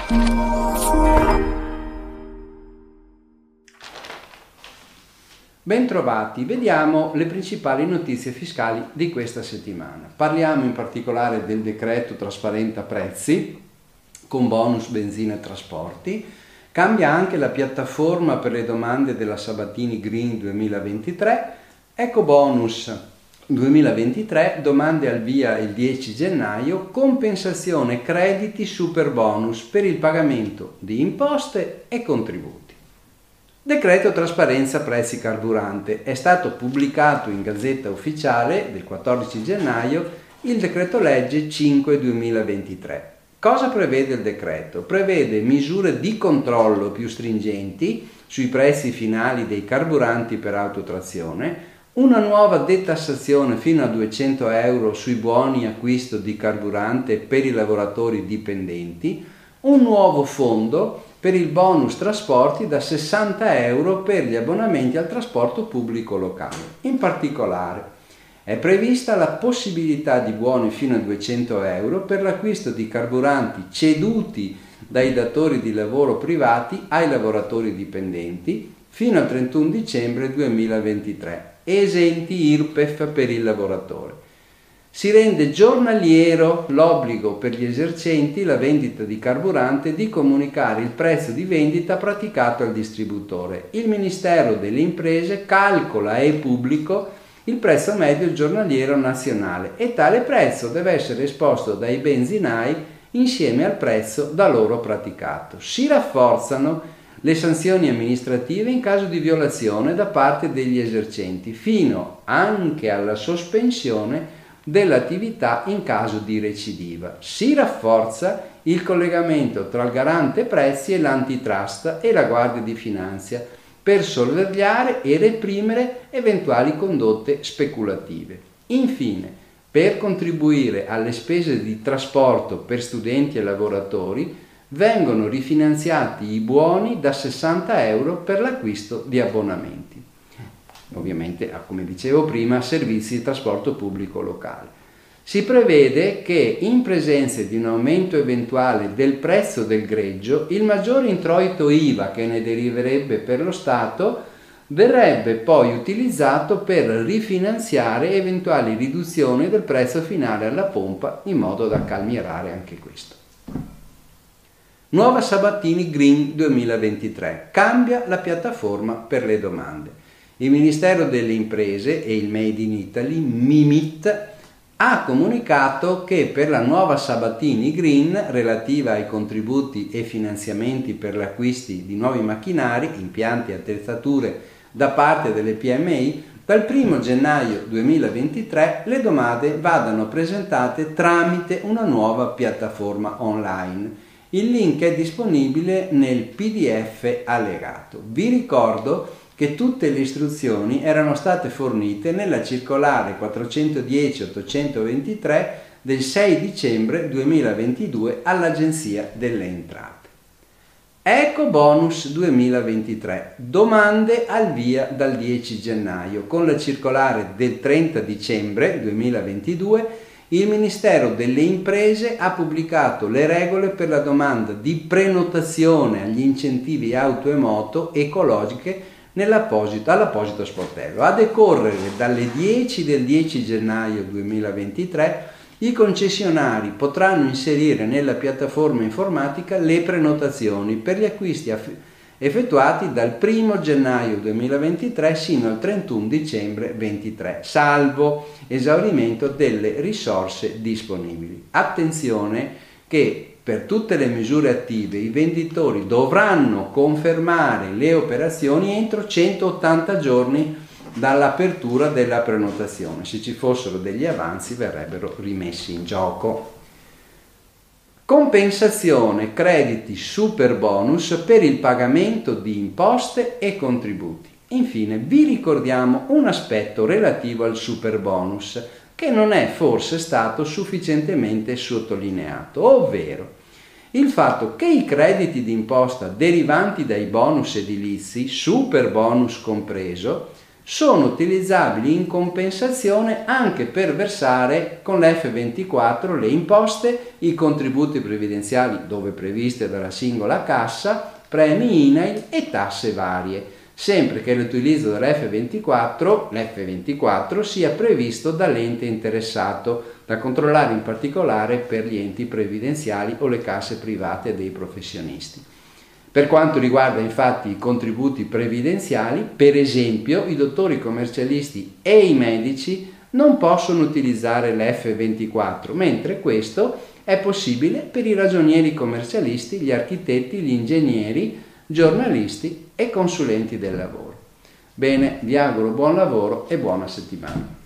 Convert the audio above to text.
Bentrovati, vediamo le principali notizie fiscali di questa settimana. Parliamo in particolare del decreto trasparenta prezzi con bonus benzina e trasporti. Cambia anche la piattaforma per le domande della Sabatini Green 2023. Ecobonus 2023, domande al via il 10 gennaio, compensazione crediti super bonus per il pagamento di imposte e contributi. Decreto trasparenza prezzi carburante. È stato pubblicato in Gazzetta Ufficiale del 14 gennaio il decreto legge 5/2023. Cosa prevede il decreto? Prevede misure di controllo più stringenti sui prezzi finali dei carburanti per autotrazione, una nuova detassazione fino a 200 euro sui buoni acquisto di carburante per i lavoratori dipendenti, un nuovo fondo per il bonus trasporti da 60 euro per gli abbonamenti al trasporto pubblico locale. In particolare è prevista la possibilità di buoni fino a 200 euro per l'acquisto di carburanti ceduti dai datori di lavoro privati ai lavoratori dipendenti fino al 31 dicembre 2023, esenti IRPEF per il lavoratore. Si rende giornaliero l'obbligo per gli esercenti la vendita di carburante di comunicare il prezzo di vendita praticato al distributore. Il Ministero delle Imprese calcola e pubblica il prezzo medio giornaliero nazionale e tale prezzo deve essere esposto dai benzinai insieme al prezzo da loro praticato. Si rafforzano le sanzioni amministrative in caso di violazione da parte degli esercenti, fino anche alla sospensione dell'attività in caso di recidiva. Si rafforza il collegamento tra il garante prezzi e l'antitrust e la Guardia di Finanza per sorvegliare e reprimere eventuali condotte speculative. Infine, per contribuire alle spese di trasporto per studenti e lavoratori, vengono rifinanziati i buoni da 60 euro per l'acquisto di abbonamenti. Ovviamente, come dicevo prima, servizi di trasporto pubblico locale. Si prevede che, in presenza di un aumento eventuale del prezzo del greggio, il maggiore introito IVA che ne deriverebbe per lo Stato verrebbe poi utilizzato per rifinanziare eventuali riduzioni del prezzo finale alla pompa, in modo da calmierare anche questo. Nuova Sabatini Green 2023. Cambia la piattaforma per le domande. Il Ministero delle Imprese e il Made in Italy, MIMIT, ha comunicato che per la nuova Sabatini Green, relativa ai contributi e finanziamenti per l'acquisti di nuovi macchinari, impianti e attrezzature da parte delle PMI, dal 1 gennaio 2023 le domande vadano presentate tramite una nuova piattaforma online. Il link è disponibile nel PDF allegato. Vi ricordo che tutte le istruzioni erano state fornite nella circolare 410-823 del 6 dicembre 2022 all'Agenzia delle Entrate. Ecobonus 2023. Domande al via dal 10 gennaio. Con la circolare del 30 dicembre 2022 il Ministero delle Imprese ha pubblicato le regole per la domanda di prenotazione agli incentivi auto e moto ecologiche all'apposito sportello. A decorrere dalle 10 del 10 gennaio 2023 i concessionari potranno inserire nella piattaforma informatica le prenotazioni per gli acquisti effettuati dal 1 gennaio 2023 sino al 31 dicembre 2023, salvo esaurimento delle risorse disponibili. Attenzione che per tutte le misure attive i venditori dovranno confermare le operazioni entro 180 giorni dall'apertura della prenotazione. Se ci fossero degli avanzi verrebbero rimessi in gioco. Compensazione crediti super bonus per il pagamento di imposte e contributi. Infine vi ricordiamo un aspetto relativo al super bonus che non è forse stato sufficientemente sottolineato, ovvero il fatto che i crediti d'imposta derivanti dai bonus edilizi, super bonus compreso, sono utilizzabili in compensazione anche per versare con l'F24 le imposte, i contributi previdenziali dove previste dalla singola cassa, premi INAIL e tasse varie, sempre che l'utilizzo l'F24 sia previsto dall'ente interessato, da controllare in particolare per gli enti previdenziali o le casse private dei professionisti. Per quanto riguarda infatti i contributi previdenziali, per esempio, i dottori commercialisti e i medici non possono utilizzare l'F24, mentre questo è possibile per i ragionieri commercialisti, gli architetti, gli ingegneri, giornalisti e consulenti del lavoro. Bene, vi auguro buon lavoro e buona settimana.